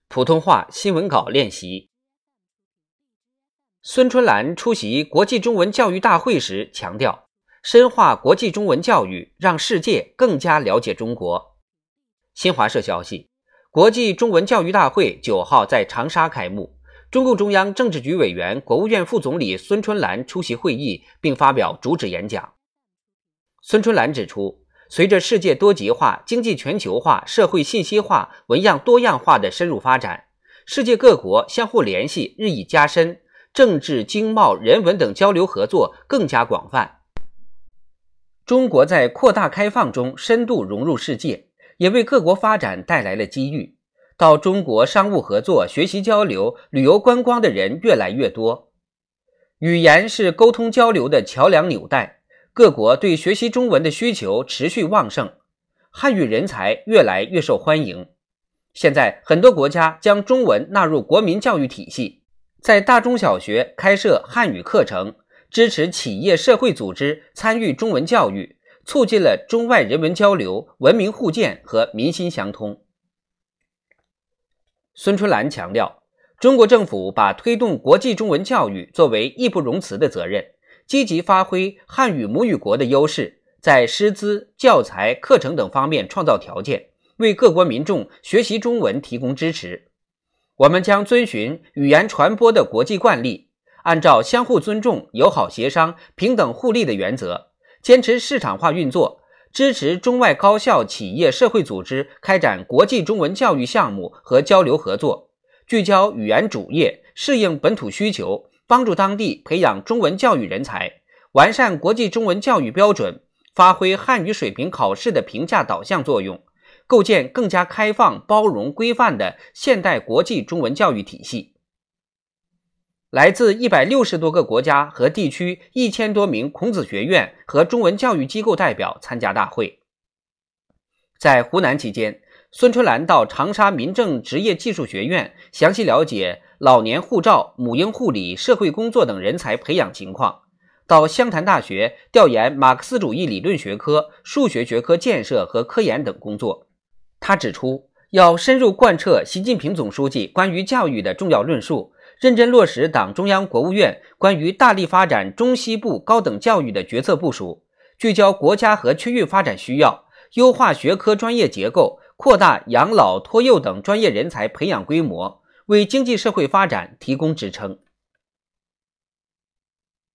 普通话新闻稿练习。孙春兰出席国际中文教育大会时强调，深化国际中文教育，让世界更加了解中国。新华社消息，国际中文教育大会9号在长沙开幕，中共中央政治局委员、国务院副总理孙春兰出席会议并发表主旨演讲。孙春兰指出，随着世界多极化、经济全球化、社会信息化、文样多样化的深入发展，世界各国相互联系日益加深，政治、经贸、人文等交流合作更加广泛。中国在扩大开放中深度融入世界，也为各国发展带来了机遇。到中国商务合作、学习交流、旅游观光的人越来越多。语言是沟通交流的桥梁纽带。各国对学习中文的需求持续旺盛，汉语人才越来越受欢迎。现在很多国家将中文纳入国民教育体系，在大中小学开设汉语课程，支持企业社会组织参与中文教育，促进了中外人文交流、文明互鉴和民心相通。孙春兰强调，中国政府把推动国际中文教育作为义不容辞的责任，积极发挥汉语母语国的优势，在师资、教材、课程等方面创造条件，为各国民众学习中文提供支持。我们将遵循语言传播的国际惯例，按照相互尊重、友好协商、平等互利的原则，坚持市场化运作，支持中外高校、企业、社会组织开展国际中文教育项目和交流合作，聚焦语言主业，适应本土需求，帮助当地培养中文教育人才，完善国际中文教育标准，发挥汉语水平考试的评价导向作用，构建更加开放、包容、规范的现代国际中文教育体系。来自160多个国家和地区1000多名孔子学院和中文教育机构代表参加大会。在湖南期间，孙春兰到长沙民政职业技术学院详细了解老年护照、母婴护理、社会工作等人才培养情况，到湘潭大学调研马克思主义理论学科、数学学科建设和科研等工作。他指出，要深入贯彻习近平总书记关于教育的重要论述，认真落实党中央、国务院关于大力发展中西部高等教育的决策部署，聚焦国家和区域发展需要，优化学科专业结构，扩大养老、托幼等专业人才培养规模，为经济社会发展提供支撑。